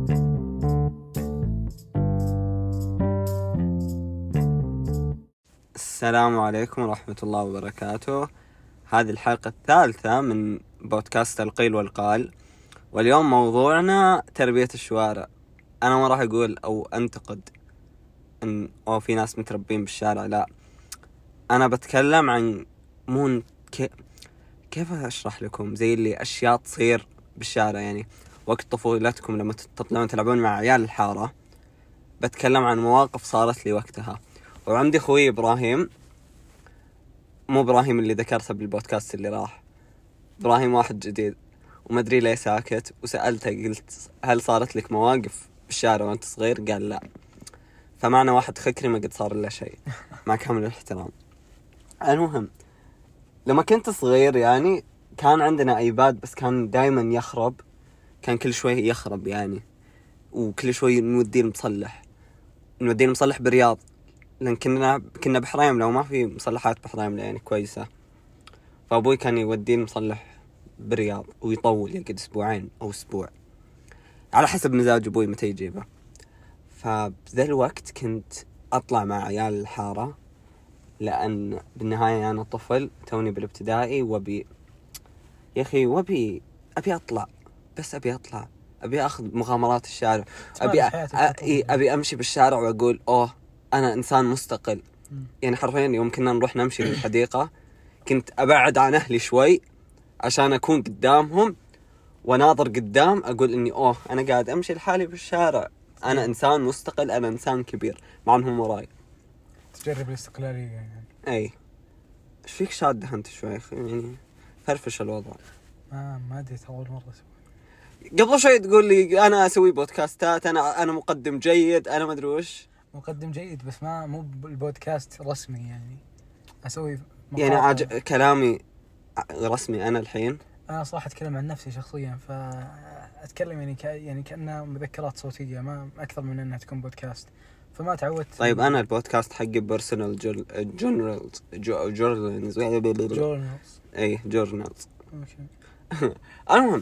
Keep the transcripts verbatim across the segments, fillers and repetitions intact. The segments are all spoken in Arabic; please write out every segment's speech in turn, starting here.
السلام عليكم ورحمة الله وبركاته. هذه الحلقة الثالثة من بودكاست القيل والقال، واليوم موضوعنا تربية الشوارع. أنا ما راح أقول أو أنتقد إن أو في ناس متربين بالشارع، لا، أنا بتكلم عن مون كي... كيف أشرح لكم زي اللي أشياء تصير بالشارع، يعني وقت طفولتكم لما تطلعون تلعبون مع عيال الحارة. بتكلم عن مواقف صارت لي وقتها. وعندي خوي إبراهيم، مو إبراهيم اللي ذكرته بالبودكاست اللي راح، إبراهيم واحد جديد، وما أدري ليه ساكت. وسألته قلت هل صارت لك مواقف بالشارع وأنت صغير؟ قال لا. فمعنى واحد خكري ما قد صار له شيء، مع كامل الاحترام. المهم، لما كنت صغير يعني كان عندنا ايباد، بس كان دايما يخرب، كان كل شوي يخرب يعني، وكل شوي نوديه المصلح نوديه المصلح برياض، لأن كنا كنا بحريم، لو ما في مصلحات بحريم يعني كويسة. فأبوي كان يوديه المصلح برياض ويطول، يقعد أسبوعين أو أسبوع على حسب مزاج أبوي متى يجيبه. فبذا الوقت كنت أطلع مع عيال الحارة، لأن بالنهاية أنا طفل توني بالابتدائي، وبي يا أخي وبي أبي أطلع، بس أبي أطلع أبي أخذ مغامرات الشارع، أبي أ... أبي أمشي بالشارع وأقول أوه أنا إنسان مستقل. م. يعني حرفيا يوم كنا نروح نمشي للحديقة كنت أبعد عن أهلي شوي عشان أكون قدامهم وناظر قدام، أقول إني أوه أنا قاعد أمشي لحالي بالشارع، أنا إنسان مستقل، أنا إنسان كبير، مع أنهم وراي. تجرب الاستقلالية يعني. أي إيش فيك شادة أنت شوي يعني، فرفش الوضع. ما ما أدري أول مرة أسوي. قبل شوي تقول لي أنا أسوي بودكاستات، أنا أنا مقدم جيد، أنا ما أدري وش. مقدم جيد بس ما مو بالبودكاست رسمي يعني. أسوي يعني عج... كلامي رسمي أنا الحين. أنا صراحة أتكلم عن نفسي شخصيا، فأتكلم يعني ك... يعني كأنها مذكرات صوتية، ما أكثر من أنها تكون بودكاست، فما تعودت. طيب أنا البودكاست حقي بيرسونال جورنالز جورنالز جورنالز أي جورنالز. المهم،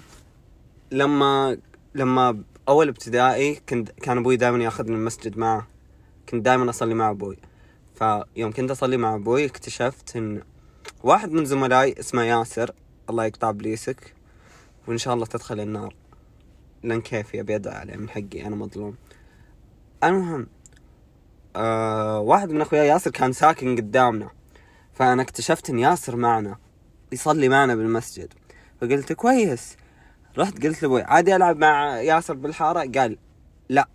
لما لما أول ابتدائي كنت كان أبوي دائما يأخذني المسجد معه، كنت دائما أصلي مع أبوي. فيوم كنت أصلي مع أبوي اكتشفت إن واحد من زملائي اسمه ياسر، الله يقطع بليسك وإن شاء الله تدخل النار، لأن كيفي أبي أدعى عليه من حقي، أنا مظلوم. المهم، آه واحد من أخويا ياسر كان ساكن قدامنا، فأنا اكتشفت إن ياسر معنا يصلي معنا بالمسجد، فقلت كويس. رحت قلت لأبوي عادي ألعب مع ياسر بالحارة؟ قال لا.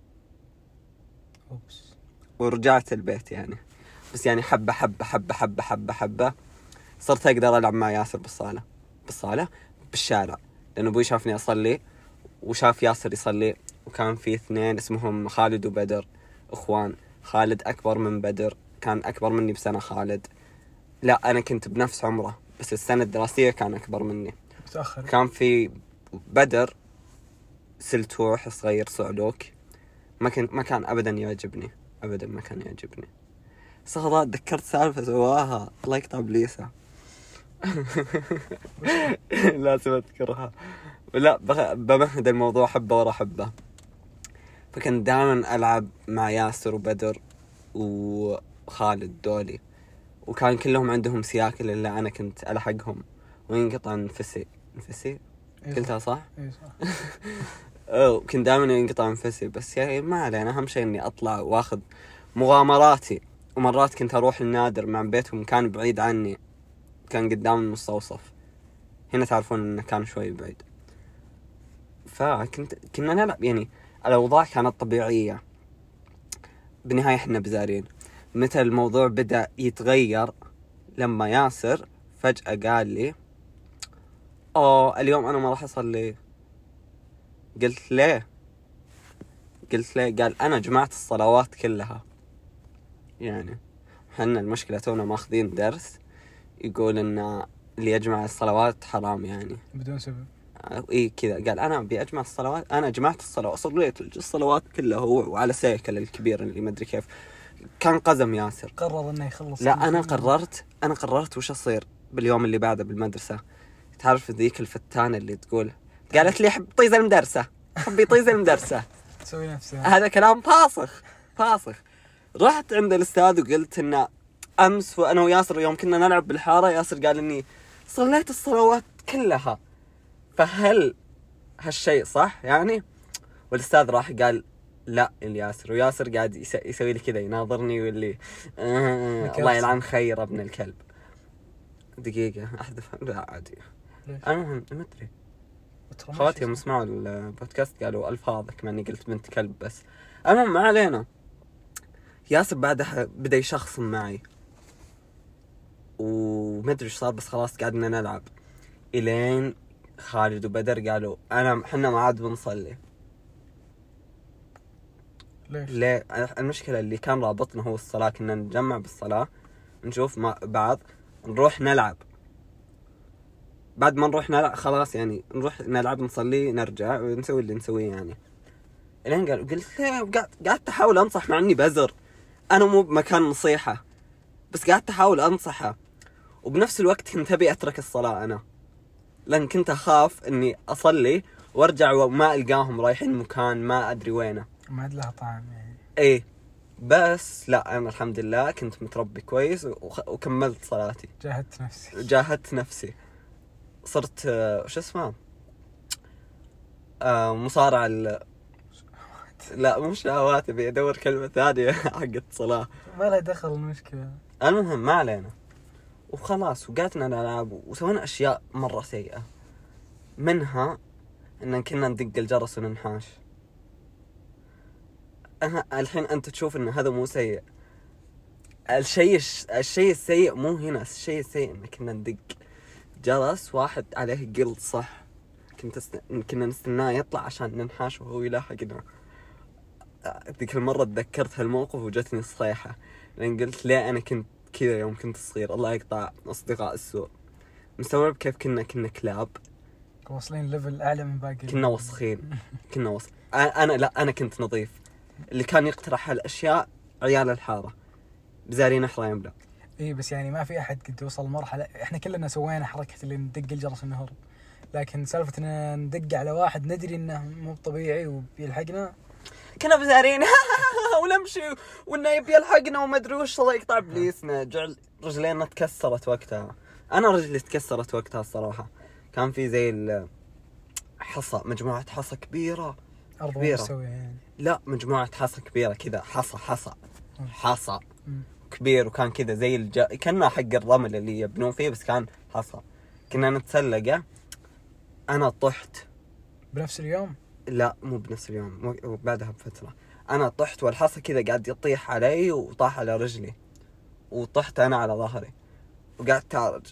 أوبس. ورجعت البيت يعني، بس يعني حبة حبة حبة حبة حبة حبة صرت أقدر ألعب مع ياسر بالصالة بالصالة بالشارع، لأنه أبوي شافني أصلي وشاف ياسر يصلي. وكان في اثنين اسمهم خالد وبدر، أخوان. خالد أكبر من بدر، كان أكبر مني بسنة خالد، لا أنا كنت بنفس عمره بس السنة الدراسية كان أكبر مني. متأخر. كان في بدر سلتوح صغير صعلوك، ما كنت ما كان أبدا يعجبني، أبدا ما كان يعجبني. صغرات ذكرت سالفة سواها، الله يقطع بليسة. لازم أذكرها، لا بمهد الموضوع حبة ورا حبة. فكنت دائما ألعب مع ياسر وبدر وخالد دولي، وكان كلهم عندهم سياكل إلا أنا كنت ألحقهم وينقطع نفسي نفسي قلتها صح؟ إيه صح. أو كنت دائما ينقطع نفسي، بس يعني ما علينا، أهم شيء إني أطلع وأخذ مغامراتي. ومرات كنت أروح النادر مع بيتهم، كان بعيد عني، كان قدام المستوصف، هنا تعرفون إنه كان شوي بعيد. فكنت كنا نلعب يعني، الأوضاع كانت طبيعية. بالنهاية إحنا بزارين. متى الموضوع بدأ يتغير؟ لما ياسر فجأة قال لي أوه اليوم أنا ما راح أصلي. قلت ليه؟ قلت ليه؟ قال أنا جمعت الصلوات كلها. يعني حنا المشكلة تونا ماخذين درس يقول إن اللي يجمع الصلوات حرام يعني بدون سبب. إيه كذا. قال أنا أبي أجمع الصلوات، أنا جمعت الصلوات، صليت الصلوات كلها هو وعلى سيكل الكبير اللي ما أدري كيف. كان قزم ياسر، قرر إنه يخلص. لا أنا قررت أنا قررت وش أصير باليوم اللي بعده بالمدرسة. تعرف ذيك الفتانة اللي تقول قالت لي حب طيز المدرسة، حب يطيز المدرسة. تسوي نفسها. هذا كلام فاسخ فاسخ. رحت عند الأستاذ وقلت إنه أمس وأنا وياسر يوم كنا نلعب بالحارة ياسر قال إني صليت الصلوات كلها، فهل هالشيء صح يعني؟ والأستاذ راح قال لا الياسر، وياسر قاعد يس- يسوي لي كذا يناظرني ويقول آه الله يلعن خير ابن الكلب. دقيقة أحذف لا عادي. المهم ما أدري خواتي يوم سمعوا البودكاست قالوا ألفاظك مع إني قلت بنت كلب بس. المهم ما علينا. ياسر بعدها بدأ يشخصن معي وما أدري إيش صار بس خلاص قعدنا نلعب إلين خالد وبدر قالوا أنا حنا ما عاد بنصلي. ليش؟ ليه؟ المشكلة اللي كان رابطنا هو الصلاة، كنا نتجمع بالصلاة نشوف مع بعض نروح نلعب، بعد ما نروح نلعب خلاص يعني نروح نلعب نصلي نرجع ونسوي اللي نسويه يعني. الين قال قلت ليه قعدت قعدت احاول انصح مع اني بزر، انا مو بمكان نصيحة بس قعدت احاول انصحه، وبنفس الوقت كنت ابي اترك الصلاة انا لان كنت اخاف اني اصلي وارجع وما القاهم رايحين مكان ما ادري وينه. ما عاد لها طعم يعني. ايه بس لا انا الحمد لله كنت متربي كويس وخ... وكملت صلاتي. جاهدت نفسي. جاهدت نفسي. صرت آه، شو اسمه آه مصارع ال... لا مو شهوات، ابي ادور كلمة ثانية حقت صلاة. ما لها دخل المشكلة. المهم ما علينا وخلاص وقعدنا نلعب وسوينا اشياء مرة سيئة، منها ان كنا ندق الجرس وننحاش. أه الحين انت تشوف ان هذا مو سيء، الشيء الشيء السيء مو هنا، الشيء السيء ان كنا ندق جرس واحد عليه قلط صح، كنت است... كنا نستناه يطلع عشان ننحاش وهو يلاحقنا. ذيك المرة تذكرت هالموقف وجتني الصيحة لأن قلت ليه أنا كنت كذا يوم كنت صغير، الله يقطع أصدقاء السوء. مستوعب كيف كنا كنا كلاب، واصلين ليفل أعلى من باقي. كنا وسخين كنا وسخ. أنا لا أنا كنت نظيف، اللي كان يقترح هالأشياء عيال الحارة بزارين أحرى يملا. إيه بس يعني ما في أحد قد وصل مرحلة، إحنا كلنا سوينا حركة اللي ندق الجرس النهر، لكن سالفة إن ندق على واحد ندري إنه مو طبيعي وبيلحقنا كنا بزارين ونمشي وإنه يبي يلحقنا وما أدري وش، الله يقطع بليسنا. جعل رجلينا تكسرت وقتها، أنا رجلي تكسرت وقتها الصراحة. كان في زي الحصى، مجموعة حصى كبيرة أرض كبيرة. مستوية يعني. لا مجموعة حصى كبيرة كذا، حصى حصى حصى مم. كبير، وكان كذا زي الج... كنا حق الرمل اللي يبنون فيه بس كان حصى. كنا نتسلقه. أنا طحت بنفس اليوم؟ لا مو بنفس اليوم، بعدها بفترة. أنا طحت والحصى كذا قاعد يطيح علي وطاح على رجلي، وطحت أنا على ظهري وقعدت أعرج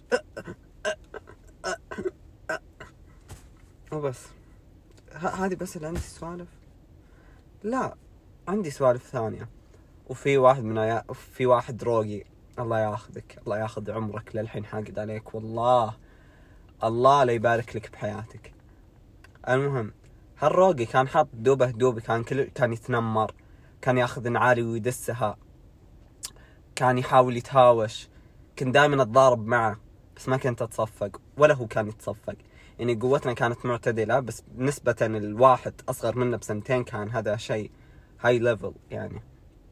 وبس. هذه بس اللي عندي سوالف؟ لا عندي سوالف ثانية. وفي واحد من عيا... في واحد روقي الله ياخذك، الله ياخذ عمرك، للحين حاقد عليك والله، الله لا يبارك لك بحياتك. المهم هالروقي كان حاط دوبه دوبي، كان كل كان يتنمر، كان ياخذ نعالي ويدسها، كان يحاول يتهاوش، كنت دائما اتضارب معه بس ما كنت اتصفق ولا هو كان يتصفق. يعني قوتنا كانت معتدلة بس نسبة الواحد أصغر منا بسنتين كان هذا شيء هاي ليفل يعني.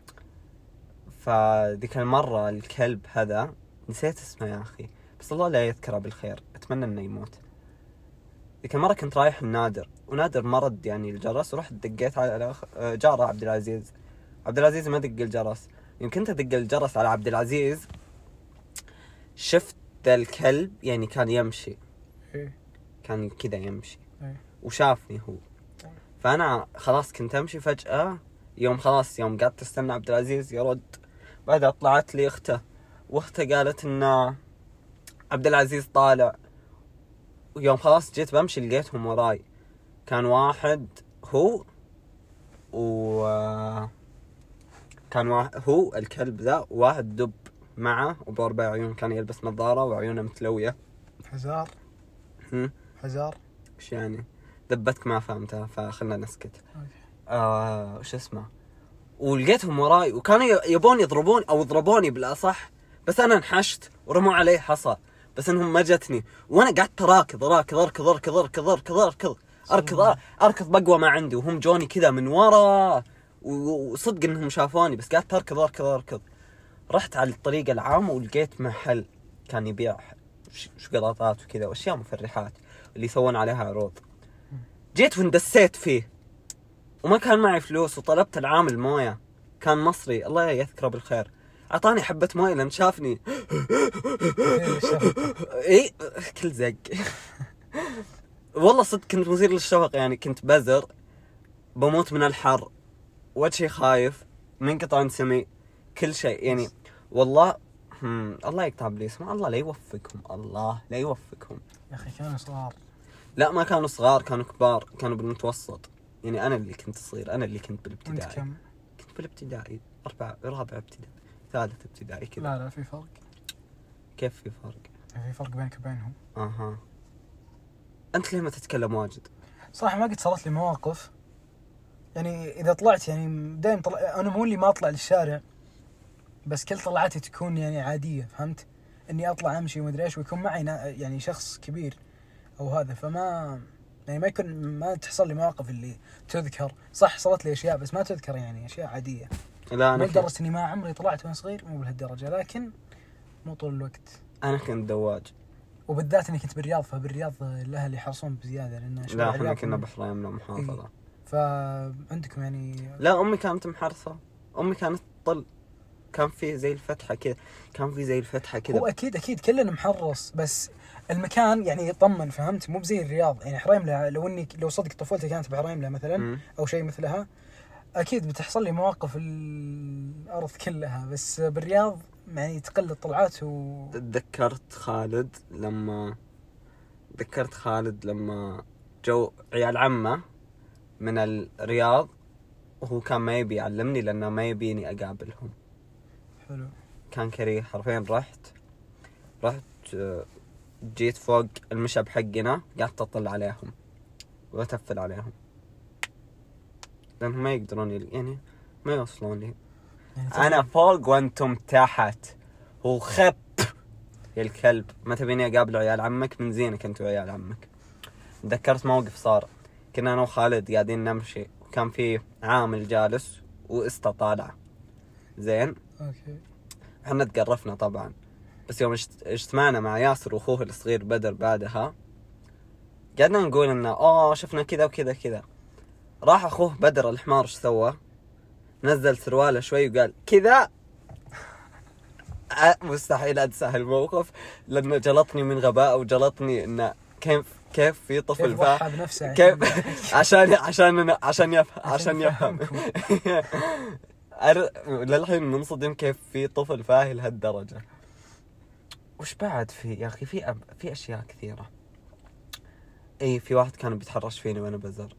فذيك المرة الكلب هذا نسيت اسمه يا أخي بس الله لا يذكره بالخير، أتمنى إنه يموت. ذيك المرة كنت رايح النادر ونادر مرد يعني الجرس، ورحت دقيت على جاره عبد العزيز. عبد العزيز ما دق الجرس، يمكن كنت أدق الجرس على عبد العزيز شفت الكلب يعني كان يمشي، كان كذا يمشي وشافني هو. فأنا خلاص كنت أمشي فجأة، يوم خلاص يوم قعدت استنى عبد العزيز يرد، بعدها طلعت لي أخته، وأخته قالت إن عبد العزيز طالع. ويوم خلاص جيت بمشي لقيتهم وراي، كان واحد هو و كان واحد هو الكلب ذا، وواحد دب معه وبأربع عيون، كان يلبس نظارة وعيونه متلوية. حزار هم حزار وش يعني دبتك ما فهمتها فخلنا نسكت. آه وش اسمه، ولقيتهم وراي وكانوا يبون يضربون او ضربوني بالاصح، بس انا انحشت ورموا علي حصى بس انهم ما جتني، وانا قعدت راكض راكض اركض اركض اركض اركض اركض اركض اركض بقوى ما عندي، وهم جوني كذا من ورا، وصدق انهم شافوني، بس قعدت اركض اركض اركض. رحت على الطريق العام ولقيت محل كان يبيع شوكولاتات وكذا واشياء مفرحات اللي يسوون عليها عروض. جيت وندسيت فيه وما كان معي فلوس، وطلبت العامل مويه، كان مصري الله يذكره بالخير، اعطاني حبه مويه لان شافني اي كل زق. والله صدق كنت مثير للشفق، يعني كنت بزر بموت من الحر، وجهي خايف، منقطع سمي، كل شيء يعني. والله هم الله يقطع ابليس، ما الله لا يوفقهم، الله لا يوفقهم. يا اخي كانوا صغار. لا ما كانوا صغار، كانوا كبار، كانوا بالمتوسط. يعني انا اللي كنت صغير، انا اللي كنت بالابتدائي. انت كم؟ كنت بالابتدائي رابع رابع ابتدائي ثالث ابتدائي كذا. لا لا في فرق. كيف في فرق؟ في فرق بينك وبينهم. اها. انت ليه ما تتكلم واجد؟ صراحه ما قد صارت لي مواقف، يعني اذا طلعت يعني دائما طلع، انا مو اللي ما اطلع للشارع، بس كل طلعاتي تكون يعني عاديه، فهمت؟ اني اطلع امشي وما ادري ايش، ويكون معي يعني شخص كبير او هذا، فما يعني ما يكون ما تحصل لي مواقف اللي تذكر. صح صارت لي اشياء بس ما تذكر، يعني اشياء عاديه. لا انا لدرجه اني ما عمري طلعت وانا صغير، مو بهالدرجه، لكن مو طول الوقت. انا كنت دواج، وبالذات اني كنت بالرياض، فبالرياض الاهل يحرصون بزياده لان لا احنا كنا بحريمنا محافظه. إيه. فعندكم يعني لا امي كانت محرصه، امي كانت طل، كان في زي الفتحه كذا، كان في زي الفتحه كذا. هو اكيد اكيد كلنا محرص، بس المكان يعني يطمن، فهمت؟ مو بزي الرياض. يعني حريمله لو اني لو صدق طفولتي كانت بحريمله مثلا م. او شيء مثلها، اكيد بتحصل لي مواقف الارض كلها، بس بالرياض يعني تقل الطلعات. و تذكرت خالد لما تذكرت خالد لما جو عيال عمه من الرياض، وهو كان ما يبي يعلمني لانه ما يبيني اقابلهم. حلو. كان كريه حرفيا. رحت رحت جيت فوق المشب حقنا، قعدت اطل عليهم واتفل عليهم لانهم ما يقدرون يل... يعني ما يوصلون لي. يعني انا فوق وانتم تحت. هو خب يا الكلب، ما تبيني اقابل عيال عمك؟ من زينك انت وعيال عمك. تذكرت موقف صار، كنا انا وخالد قاعدين نمشي، وكان في عامل جالس واستا طالعه زين. اوكي. احنا تقرفنا طبعا، بس يوم اجتمعنا مع ياسر واخوه الصغير بدر بعدها، قعدنا نقول انه اوه شفنا كذا وكذا كذا. راح اخوه بدر الحمار ايش سوى؟ نزل سرواله شوي وقال كذا. مستحيل انسى هالموقف لانه جلطني من غباء، وجلطني انه كيف كيف في طفل ضحى بنفسه كيف عشان عشان عشان يفهم عشان يفهم للحين منصدم كيف في طفل فاهي لهالدرجة. وش بعد في يا أخي؟ في أب... في أشياء كثيرة. أي في واحد كان بيتحرش فيني وأنا بزر.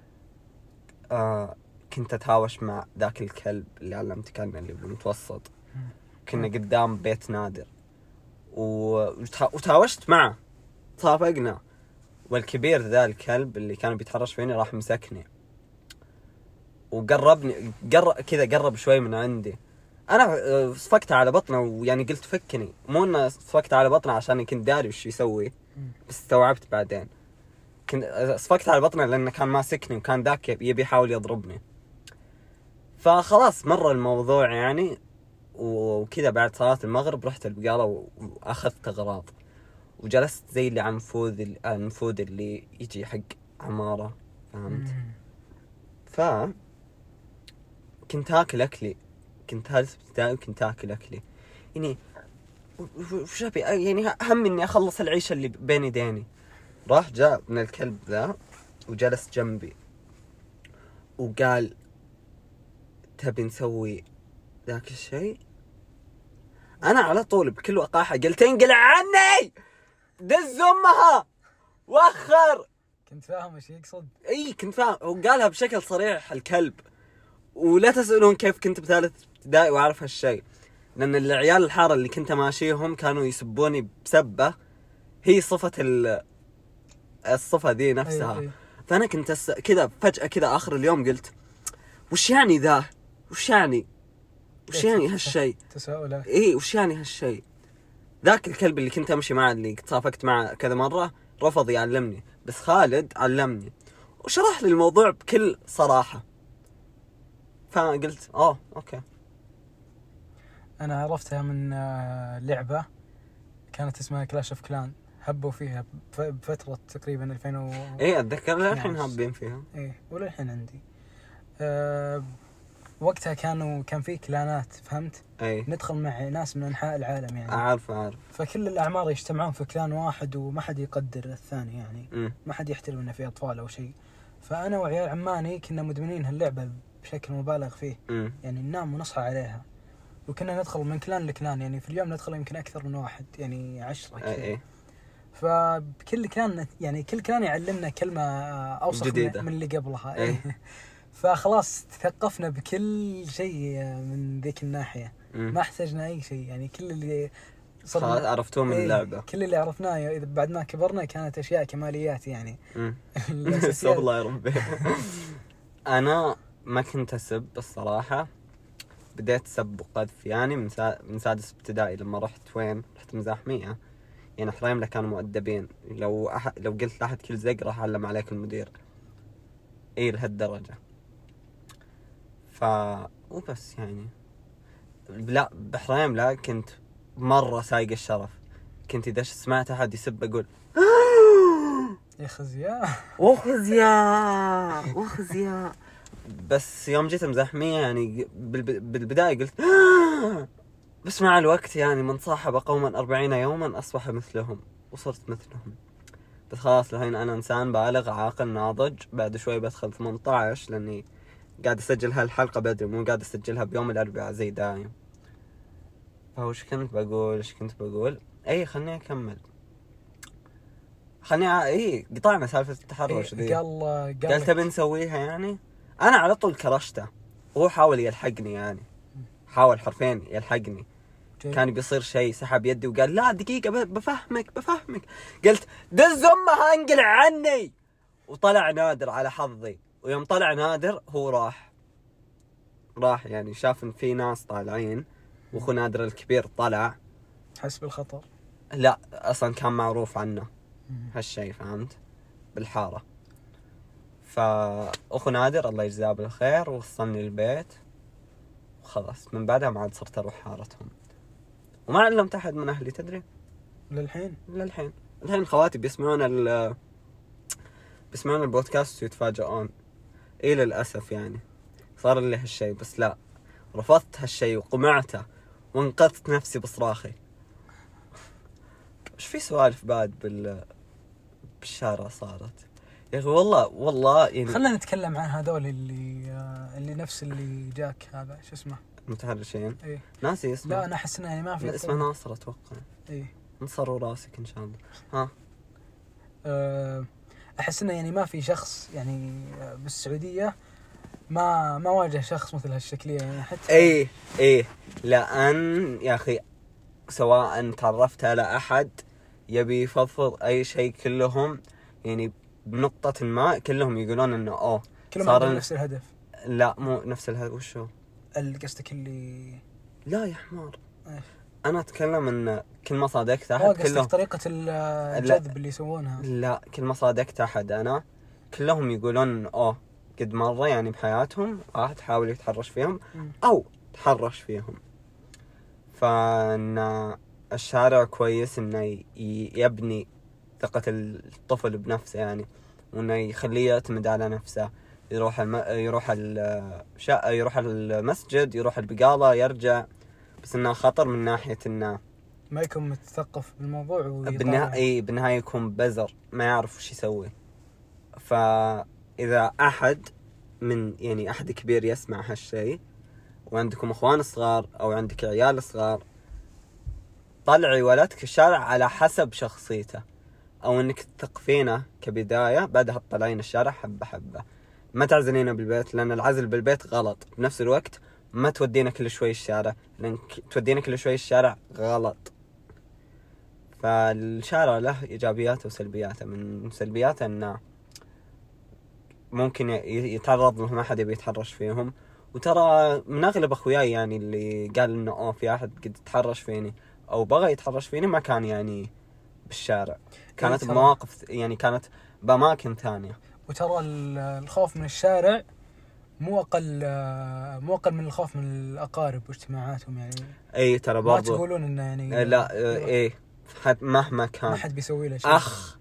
آه كنت أتهاوش مع ذاك الكلب اللي علمتك عنه اللي بالمتوسط. كنا قدام بيت نادر و... وتهاوشت معه، صافقنا، والكبير ذا الكلب اللي كان بيتحرش فيني راح مسكني وقربني، قرب كذا قرب شوي من عندي. انا صفقت على بطنه، ويعني قلت فكني، مو انه صفقت على بطنه عشان كنت داري وش يسوي، بس استوعبت بعدين. كنت صفقت على بطنه لانه كان ماسكني، وكان ذاك يبي يحاول يضربني. فخلاص مر الموضوع يعني، وكذا بعد صلاة المغرب رحت البقالة واخذت اغراض، وجلست زي اللي عن نفوذ النفوذ اللي يجي حق عمارة، فهمت؟ ف كنت هاكل اكلي، كنت هالس ابتدائي وكنت هاكل اكلي، يعني وش ابي يعني اهم اني اخلص العيشه اللي بين يديني. راح جاء من الكلب ذا وجلس جنبي وقال تبي نسوي ذاك الشيء؟ انا على طول بكل وقاحه قلت انقلع عني، دز امها وخر. كنت فاهم ايش يقصد؟ اي كنت فاهم، وقالها بشكل صريح الكلب. ولا تسألون كيف كنت بثالث ابتدائي واعرف هالشيء، لان العيال الحاره اللي كنت ماشيهم كانوا يسبوني بسبه هي صفه ال الصفه ذي نفسها. أيه أيه. فانا كنت أس... كذا فجاه كذا اخر اليوم قلت وش يعني ذا؟ وش يعني وش يعني هالشيء؟ تساؤلات. اي وش يعني هالشيء؟ ذاك الكلب اللي كنت امشي معه اللي صافقت معه كذا مره رفض يعلمني، بس خالد علمني. وشرح لي الموضوع بكل صراحة. فقلت اه اوكي. انا عرفتها من آه، لعبة كانت اسمها كلاش اوف كلان، هبوا فيها بف- بفترة تقريبا ألفين و ايه اتذكر للحين هابين فيها. ايه وللحين عندي. أه وقتها كانوا كان في كلانات، فهمت؟ اي ندخل مع ناس من انحاء العالم يعني. اعرف اعرف. فكل الاعمار يجتمعون في كلان واحد وما حد يقدر الثاني يعني. م. ما حد يحترم انه في اطفال او شيء. فانا وعيال عماني كنا مدمنين هاللعبة بشكل مبالغ فيه. م. يعني ننام ونصحى عليها. وكنا ندخل من كلان لكلان، يعني في اليوم ندخل يمكن اكثر من واحد، يعني عشرة كذا. اي اي فكل كلان يعني كل كلان يعلمنا كلمة اوسخ جديدة من من اللي قبلها. إيه. فخلاص تثقفنا بكل شيء من ذيك الناحية. م. ما احتاجنا اي شيء، يعني كل اللي خلاص عرفتوه من إيه، اللعبة. كل اللي عرفناه اذا بعد ما كبرنا كانت اشياء كماليات يعني. م. الأساسيات. الله يا ربي. انا ما كنت اسب الصراحة، بديت سب وقذف يعني من سا... من سادس ابتدائي. لما رحت وين رحت مزاحمية، يعني حريمله كانوا مؤدبين. لو أح... لو قلت لأحد كل زق راح علم عليك المدير. اي لهالدرجة. ف وبس يعني. لا بحريم لا كنت مرة سايق الشرف. كنت إذا سمعت أحد يسب أقول يا خزيا. وخزيا وخزيا. بس يوم جيت مزاحمية يعني بالب... بالبداية قلت بس مع الوقت يعني من صاحب قوما أربعين يوما أصبح مثلهم، وصرت مثلهم. بس خلاص الحين أنا إنسان بالغ عاقل ناضج. بعد شوي بدخل ثمانية عشر لأني قاعد أسجل هالحلقة بدري، مو قاعد أسجلها بيوم الأربعاء زي دايم. فوش كنت بقول إيش كنت بقول أي خلني أكمل. خلني ع... إيه قطعنا سالفة التحرش ذي. إيه قال قال قال تبي نسويها يعني. أنا على طول كرشته وهو حاول يلحقني يعني حاول حرفين يلحقني. جي. كان بيصير شيء سحب يدي وقال لا دقيقة بفهمك بفهمك. قلت دز أمها انقلع عني. وطلع نادر على حظي، ويوم طلع نادر هو راح راح يعني شاف ان في ناس طالعين، واخو نادر الكبير طلع حس بالخطر. لا اصلا كان معروف عنه هالشيء فهمت بالحارة. فاخو نادر الله يجزاه بالخير وصلني البيت، وخلاص من بعدها ما عاد صرت اروح حارتهم، وما علمت احد من اهلي تدري للحين. للحين. الحين خواتي بيسمعون ال بيسمعون البودكاست ويتفاجئون. ايه للاسف يعني صار لي هالشيء، بس لا رفضت هالشيء وقمعته وانقذت نفسي بصراخي. ايش في سوالف بعد بال بالشارع صارت يا اخي والله والله يعني. خلنا نتكلم عن هذول اللي آه، اللي نفس اللي جاك هذا شو اسمه متحرشين ايه. ناسي اسمه. لا انا احس انه يعني ما في اسمه ناصر اتوقع. ايه انصروا راسك ان شاء الله. ها آه، احس انه يعني ما في شخص يعني آه، بالسعوديه ما ما واجه شخص مثل هالشكليه يعني حتى. ايه ايه لان يا اخي سواء تعرفت على احد يبي يفضفض اي شيء كلهم يعني بنقطة ما كلهم يقولون انه اوه كلهم صار عندهم ال- نفس الهدف. لا مو نفس الهدف. وشو اللي قصدك اللي لا يا حمار إيش؟ انا اتكلم ان كل ما صادقت هو احد قصدك كلهم طريقه ال- الجذب اللي يسوونها. لا كل ما صادقت احد انا كلهم يقولون اوه قد مرة يعني بحياتهم واحد حاول يتحرش فيهم مم. او تحرش فيهم. فان الشارع كويس انه ي- يبني ثقة الطفل بنفسه يعني، وانه يخليه يعتمد على نفسه. يروح الم... يروح الشقة يروح المسجد يروح البقالة يرجع. بس انه خطر من ناحية انه ما يكون متثقف بالموضوع بالنهاية بالنهاية يكون بزر ما يعرف وش يسوي. فإذا أحد من يعني أحد كبير يسمع هالشيء وعندكم أخوان صغار أو عندك عيال صغار، طلعي ولدك الشارع على حسب شخصيته، أو إنك تثقفينه كبداية بعدها تطلعين الشارع حبة حبة. ما تعزلينه بالبيت لأن العزل بالبيت غلط. بنفس الوقت ما تودينه كل شوي الشارع لأنك تودينه كل شوي الشارع غلط. فالشارع له إيجابياته وسلبياته. من سلبياته إنه ممكن يتعرض لهم أحد يبي يتحرش فيهم. وترى من أغلب أخوياي يعني اللي قال إنه أوه في أحد قد يتحرش فيني أو بغى يتحرش فيني ما كان يعني بالشارع، كانت إيه بمواقف يعني كانت بأماكن ثانية. وترى ال- الخوف من الشارع مو أقل آه، مو أقل من الخوف من الأقارب واجتماعاتهم يعني. اي ترى ما برضو تقولون إنه يعني آه، لا آه، ايه حت مهما ما كان حد بيسوي له شيء. اخ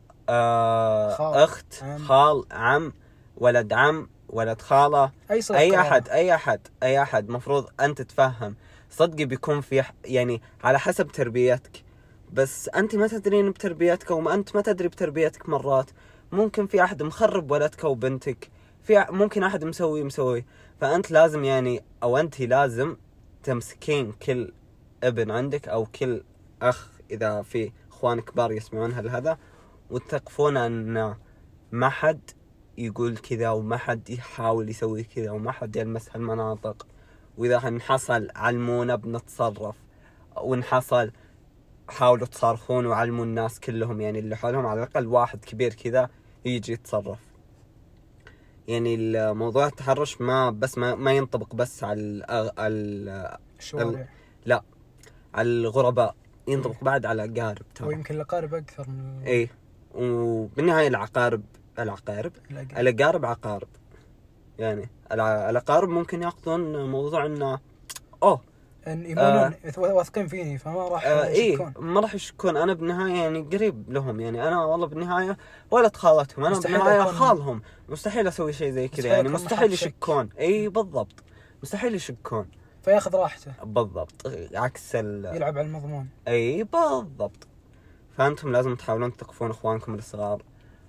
آه خال، اخت عم. خال عم ولد عم ولد خالة أي صلة اي قرابة. احد اي احد اي احد مفروض انت تتفهم. صدقي بيكون في ح- يعني على حسب تربيتك، بس انت ما تدرين بتربيتك وما انت ما تدري بتربيتك. مرات ممكن في احد مخرب ولدك وبنتك، في ع- ممكن احد مسوي مسوي فانت لازم يعني او انت لازم تمسكين كل ابن عندك او كل اخ اذا في اخوان كبار يسمعون هذا، وتثقفون ان ما حد يقول كذا وما حد يحاول يسوي كذا وما حد يلمس هالمناطق. واذا انحصل علمونا بنتصرف، وان حصل حاولوا تصارخون وعلموا الناس كلهم يعني اللي حولهم، على الاقل واحد كبير كذا يجي يتصرف. يعني الموضوع التحرش ما بس ما, ما ينطبق بس على ال ال الشوارع. لا على الغرباء، ينطبق إيه. بعد على الأقارب ترى. ويمكن الأقارب أكثر من ايه وبالنهاية العقارب العقارب الأقارب. الأقارب عقارب. يعني الع- الأقارب ممكن ياخذون موضوع انه اوه ان يمونون واثقين فيني فما راح آه يشكون. ايه ما راح يشكون. انا بالنهايه يعني قريب لهم، يعني انا والله بالنهايه ولد خالتهم، انا مستحيل بالنهايه أكون- خالهم. مستحيل اسوي شيء زي كذا مستحيل يعني، أكون مستحيل محل شك. يشكون. اي بالضبط، مستحيل يشكون. فياخذ راحته، بالضبط عكس ال يلعب على المضمون. اي بالضبط. فانتم لازم تحاولون تثقفون اخوانكم الصغار.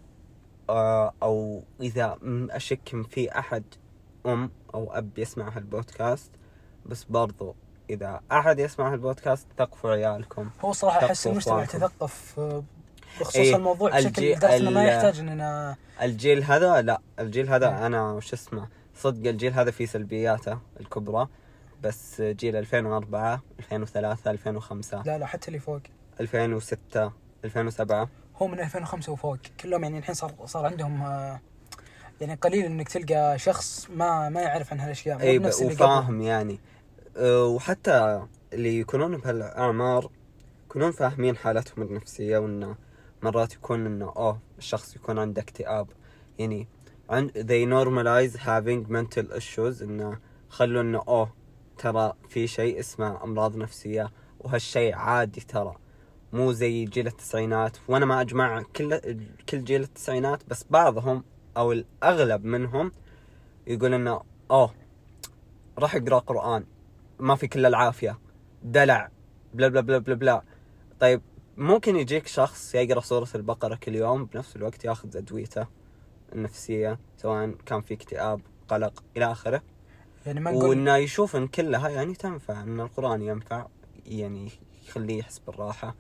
آه او اذا م- اشك إن في احد ام او اب يسمع هالبودكاست، بس برضو اذا احد يسمع هالبودكاست ثقفوا عيالكم. هو صراحة أحس ثقفوا المجتمع إخوانكم. تثقف آه، بخصوص إيه، الموضوع بشكل الجي- لدرجة إنه ما ال- يحتاج إننا الجيل هذا لا الجيل هذا إيه. انا وش اسمه صدق الجيل هذا فيه سلبياته الكبرى، بس جيل ألفين وأربعة ألفين وثلاثة ألفين وخمسة لا لا حتى اللي فوق. ألفين وستة ألفين وسبعة هو من ألفين وخمسة وفوق كلهم يعني الحين صار صار عندهم آه، يعني قليل إنك تلقى شخص ما ما يعرف عن هالأشياء. مو اي ب- بنفس اللي قبل. وفاهم يعني. أه، وحتى اللي يكونون بهالاعمار يكونون فاهمين حالتهم النفسيه، وانه مرات يكون انه اوه الشخص يكون عنده اكتئاب. يعني عند they normalize having mental issues، انه خلوا انه اوه ترى في شيء اسمه امراض نفسيه، وهالشيء عادي ترى، مو زي جيل التسعينات. وانا ما اجمع كل كل جيل التسعينات، بس بعضهم او الاغلب منهم يقول انه اوه راح يقرأ قرآن ما في كل العافية دلع بلا بلا بلا بلا بلا. طيب ممكن يجيك شخص يقرأ سورة البقرة كل يوم بنفس الوقت ياخذ أدويته النفسية، سواء كان في اكتئاب قلق إلى آخره، يعني ما نقول وإنه يشوف إن كلها يعني تنفع، إن القرآن ينفع يعني يخليه يحس بالراحة.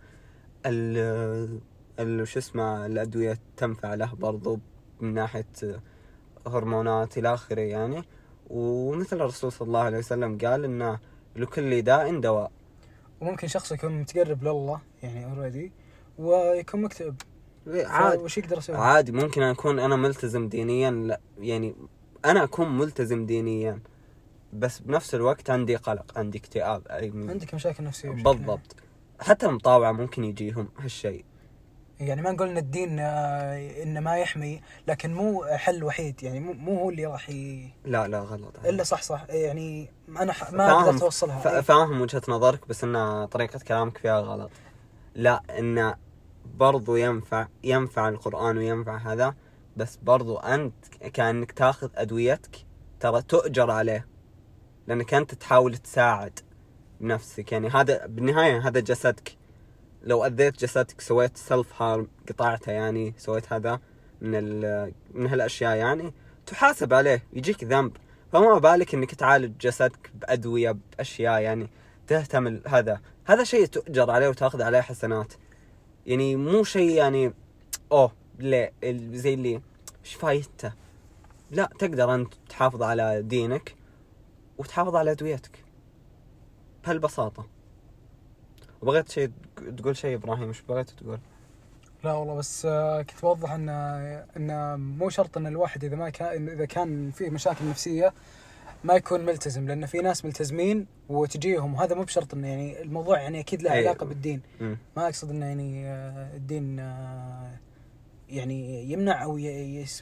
ال ال وش اسمه الأدوية تنفع له برضو من ناحية هرمونات إلى آخره يعني. ومثل الرسول صلى الله عليه وسلم قال إنه لكل داء دواء. وممكن شخص يكون متقرب لله يعني اوريدي ويكون مكتئب. عادي وش يقدر يسوي؟ عادي ممكن أكون أنا ملتزم دينيا، لا يعني أنا أكون ملتزم دينيا بس بنفس الوقت عندي قلق، عندي اكتئاب، عندك مشاكل نفسية بشكل بالضبط. حتى المطاوعة ممكن يجيهم هالشيء. يعني ما نقول ان الدين آه، انه ما يحمي، لكن مو حل وحيد يعني مو مو هو اللي راح ي... لا لا غلط الا صح صح يعني انا ح... ما فاهم- اقدر اوصلها. ف- فاهم وجهة نظرك، بس إن طريقة كلامك فيها غلط. لا إنه برضو ينفع ينفع القرآن وينفع هذا، بس برضو أنت كأنك تاخذ أدويتك ترى تؤجر عليه، لأنك أنت تحاول تساعد بنفسك. يعني هذا بالنهاية هذا جسدك، لو أذيت جسدك سويت سيلف هارم قطعته يعني سويت هذا من ال من هالأشياء يعني تحاسب عليه يجيك ذنب. فما بالك إنك تعالج جسدك بأدوية بأشياء يعني تهتم هذا هذا شيء تؤجر عليه وتأخذ عليه حسنات. يعني مو شيء يعني اوه لا زي اللي ايش فايدته. لا تقدر انت تحافظ على دينك وتحافظ على ادويتك بهالبساطه. وبغيت شيء تقول شيء ابراهيم، ايش بغيت تقول؟ لا والله بس آه، كنت بوضح ان ان مو شرط ان الواحد اذا ما كان اذا كان فيه مشاكل نفسيه ما يكون ملتزم، لان في ناس ملتزمين وتجيهم، وهذا مو بشرط انه يعني الموضوع يعني اكيد له أي. علاقه بالدين. م. ما اقصد انه يعني آه، الدين آه، يعني يمنع او ي- يسمح،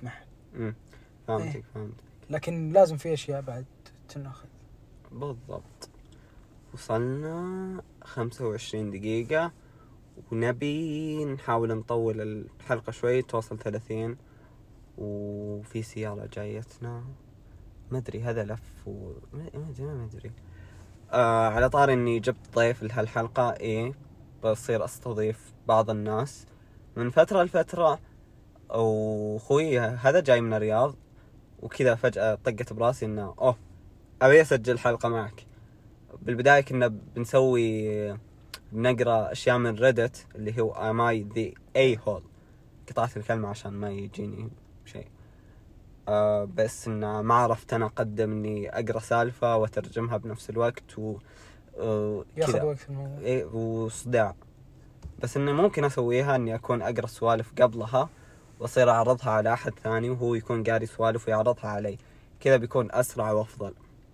امم فهمتك إيه. فهمتك لكن لازم في اشياء بعد تناخذ. بالضبط. وصلنا خمسة وعشرين دقيقة، ونبي نحاول نطول الحلقة شوي توصل ثلاثين. وفي سيارة جايتنا ما ادري هذا لف و... ما ادري ما ادري. آه على طار اني جبت ضيف لهالحلقة، ايه بصير استضيف بعض الناس من فترة لفترة. وخوي هذا جاي من الرياض، وكذا فجأة طقت براسي انه اوه ابي اسجل حلقة معك. بالبداية كنا بنسوي بنقرا اشياء من ريدت اللي هو am I the a-hole، قطعت الكلمة عشان ما يجيني شيء. آه بس إن ما عرفت أنا أقدم إني أقرأ سالفة وأترجمها بنفس الوقت و آه ياخذ كذا وقت الموضوع. إيه وصداع. بس إني ممكن أسويها إني أكون أقرأ سوالف قبلها وأصير أعرضها على أحد ثاني وهو يكون قاري سوالف ويعرضها علي، كذا بيكون أسرع وأفضل.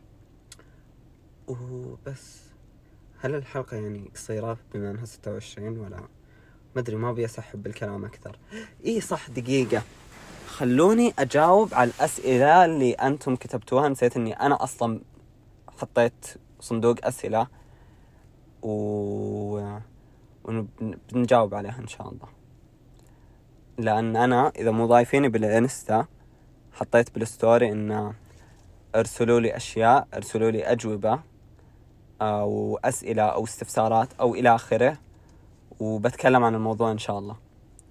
وبس. هل الحلقة يعني قصيرة بما أنها ستة وعشرين ولا ما أدري؟ ما أبي أسحب بالكلام أكثر. إيه صح، دقيقة خلوني أجاوب على الأسئلة اللي أنتم كتبتوها. نسيت أني أنا أصلا حطيت صندوق أسئلة و... ونجاوب عليها إن شاء الله. لأن أنا إذا مو ضايفيني بالإنستا حطيت بالستوري إن أرسلوا لي أشياء، أرسلوا لي أجوبة أو أسئلة أو استفسارات أو إلى آخره، وبتكلم عن الموضوع إن شاء الله.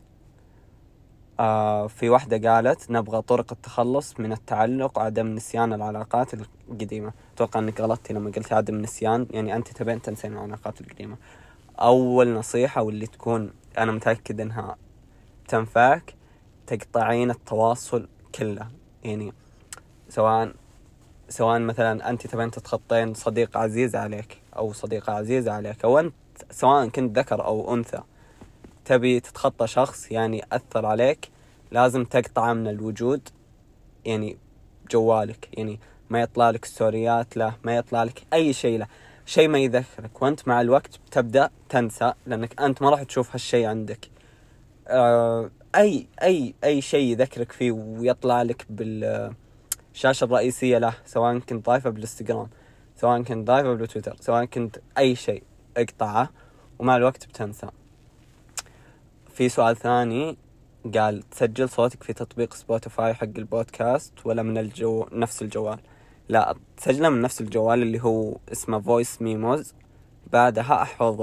آه في واحدة قالت نبغى طرق التخلص من التعلق وعدم نسيان العلاقات القديمة. أتوقع أنك غلطتي لما قلت عدم نسيان، يعني أنت تبين تنسين العلاقات القديمة. أول نصيحة واللي تكون أنا متأكد أنها تنفعك، تقطعين التواصل كله. يعني سواء سواء مثلا أنت تبين تتخطين صديق عزيز عليك أو صديقة عزيزة عليك، أو أنت سواء كنت ذكر أو أنثى تبي تتخطى شخص يعني أثر عليك، لازم تقطعه من الوجود. يعني جوالك يعني ما يطلع لك ستوريات له، ما يطلع لك أي شيء له، شيء ما يذكرك. وأنت مع الوقت بتبدأ تنسى لأنك أنت ما راح تشوف هالشيء عندك. آه أي أي أي شيء يذكرك فيه ويطلع لك بالشاشة الرئيسية له، سواء كنت ضايفه بالإنستغرام، سواء كنت ضايفه بالتويتر، سواء كنت أي شيء، اقطعه ومع الوقت بتنسى. في سؤال ثاني قال تسجل صوتك في تطبيق سبوتيفاي حق البودكاست ولا من الجو نفس الجوال؟ لا، تسجله من نفس الجوال اللي هو اسمه فويس ميموز. بعدها احفظ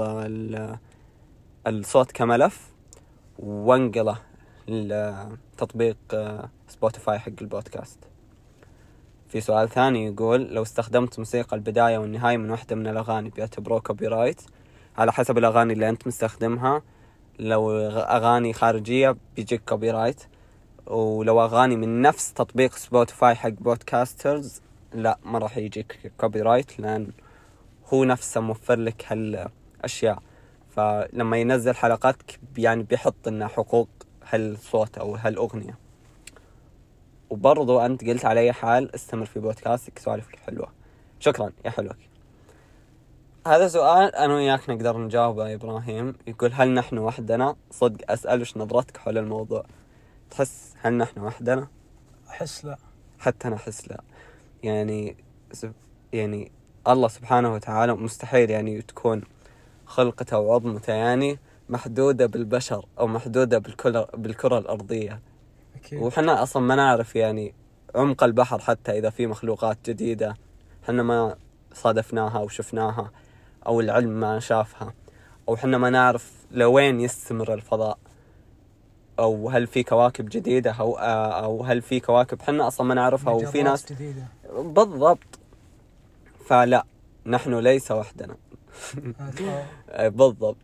الصوت كملف وانقله لتطبيق سبوتيفاي حق البودكاست. في سؤال ثاني يقول لو استخدمت موسيقى البداية والنهاية من واحدة من الأغاني بيعتبروه كوبي رايت؟ على حسب الأغاني اللي أنت مستخدمها. لو أغاني خارجية بيجيك كوبي رايت، ولو أغاني من نفس تطبيق سبوتيفاي حق بودكاسترز لا ما راح يجيك كوبي رايت، لأن هو نفسه موفر لك هالأشياء. فلما ينزل حلقاتك يعني بيحط إنه حقوق هالصوت أو هالأغنية. وبرضو أنت قلت على أي حال استمر في بودكاستك سوالفك حلوة. شكرا يا حلوك. هذا سؤال أنا وياك نقدر نجاوبه يا إبراهيم. يقول هل نحن وحدنا؟ صدق أسأل وش نظرتك حول الموضوع؟ تحس هل نحن وحدنا؟ أحس لا. حتى أنا أحس لا. يعني يعني الله سبحانه وتعالى مستحيل يعني تكون خلقته وعظمته يعني محدودة بالبشر أو محدودة بالكرة بالكرة الأرضية. أكيد. وحنا أصلا ما نعرف يعني عمق البحر، حتى إذا في مخلوقات جديدة حنا ما صادفناها وشفناها أو العلم ما شافها، أو حنا ما نعرف لوين يستمر الفضاء، أو هل في كواكب جديدة أو أو هل في كواكب حنا أصلا ما نعرفها وفي ناس جديدة. بالضبط. فلا، نحن ليس وحدنا. بالضبط.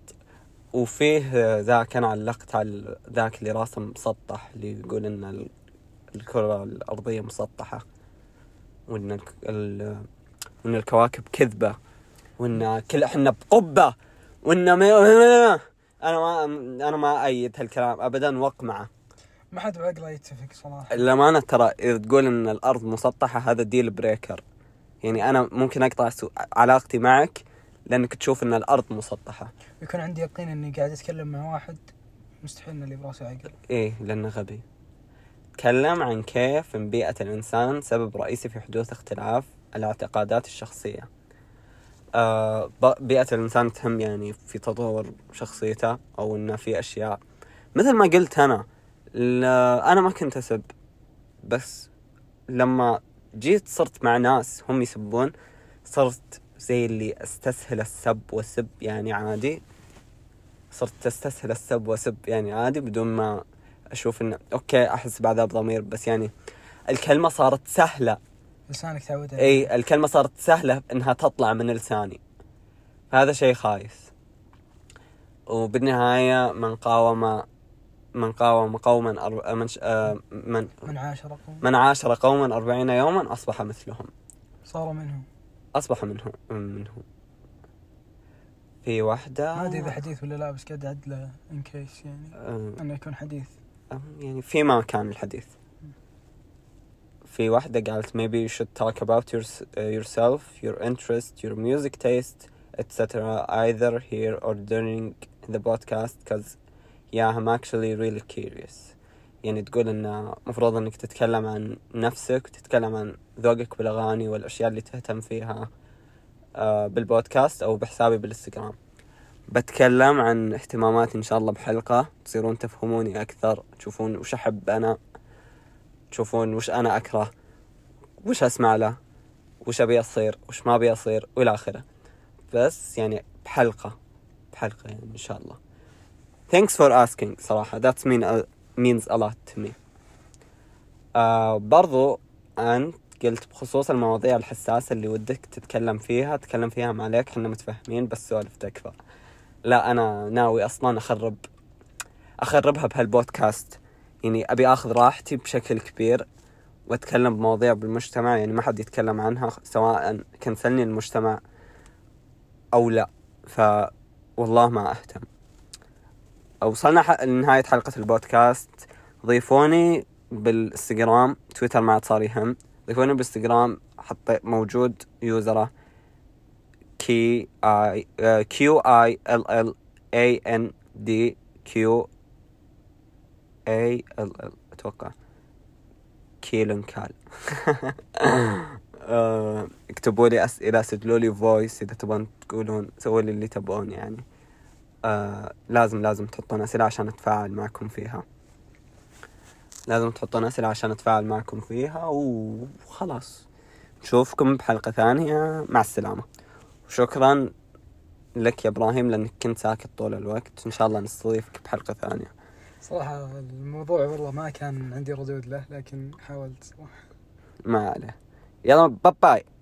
وفيه ذاك أنا علقت على ذاك اللي راسه مسطح اللي يقول إن الكرة الأرضية مسطحة، وإن ال... ال... وإن الكواكب كذبة، وإن كل إحنا بقبة، وإن ما... أنا ما أنا ما أيد هالكلام أبدا وقمعه. ما حد بعقله يتفق صراحة. لما أنا ترى إذا تقول إن الأرض مسطحة هذا ديل بريكر. يعني أنا ممكن أقطع سو... علاقتي معك لأنك تشوف إن الأرض مسطحة. يكون عندي يقين إني قاعد أتكلم مع واحد مستحيل إن اللي براسه عقل. إيه لأنه غبي. بتكلم عن كيف إن بيئة الإنسان سبب رئيسي في حدوث اختلاف الاعتقادات الشخصية. آه بيئة الإنسان تهم يعني في تطور شخصيته، أو إنه في أشياء مثل ما قلت أنا أنا ما كنت أسب، بس لما جيت صرت مع ناس هم يسبون صرت زي اللي استسهل السب والسب يعني عادي. صرت استسهل السب وسب يعني عادي بدون ما أشوف إنه أوكي أحس بعذاب ضمير، بس يعني الكلمة صارت سهلة. لسانك تعود عليه. أي الكلمة صارت سهلة إنها تطلع من لساني، هذا شيء خايس. وبالنهاية من قاوم من قاوم قوما أر... من ش... آه من من عاشر قوم من عاشر قوما أربعين يوما أصبح مثلهم. صار منهم أصبح منهم منهم في واحدة ما أدري إذا حديث ولا لا، بس قاعد أعدله إن كيس يعني آه أنه يكون حديث. آه يعني فيما كان الحديث. في واحدة قالت maybe you should talk about your, uh, yourself, your interest, your music taste, et cetera either here or during the podcast cause yeah I'm actually really curious. يعني تقول إن مفروض إنك تتكلم عن نفسك وتتكلم عن ذوقك بالأغاني والأشياء اللي تهتم فيها آه بالبودكاست أو بحسابي بالإنستغرام. بتكلم عن اهتماماتي إن شاء الله بحلقة تصيرون تفهموني أكثر، تشوفون وش أحب أنا، تشوفون وش أنا أكره، وش أسمع له، وش أبي أصير وش ما أبي أصير وإلى آخره. بس يعني بحلقة بحلقة يعني إن شاء الله. Thanks for asking صراحة that mean, uh, means a lot to me. uh, برضو أنت قلت بخصوص المواضيع الحساسة اللي ودك تتكلم فيها تكلم فيها ما عليك، حنا متفاهمين بس سوالف تكفى. لا أنا ناوي أصلا أخرب أخربها بهالبودكاست، يعني أبي أخذ راحتي بشكل كبير وأتكلم بمواضيع بالمجتمع يعني ما حد يتكلم عنها سواء كنسلني المجتمع أو لا، فوالله ما أهتم. وصلنا لنهاية حلقة البودكاست. ضيفوني بالإنستغرام تويتر ما عاد صار يهم، ضيفوني بالإنستغرام حطيت موجود يوزره كي اي كيو اي ال ال اي ان دي كيو اي ال ال اتوقع كيلنكال. اكتبوا لي اسئله، سجلوا لي فويس اذا تبون تقولون، سووا لي اللي تبون يعني. آه لازم لازم تحطون اسئله عشان اتفاعل معكم فيها، لازم تحطون اسئله عشان اتفاعل معكم فيها. وخلاص نشوفكم بحلقه ثانيه، مع السلامه. وشكرا لك يا ابراهيم لانك كنت ساكت طول الوقت، ان شاء الله نستضيفك بحلقه ثانيه. صراحة الموضوع والله ما كان عندي ردود له، لكن حاولت صراحة. ما عليه. يلا باي باي.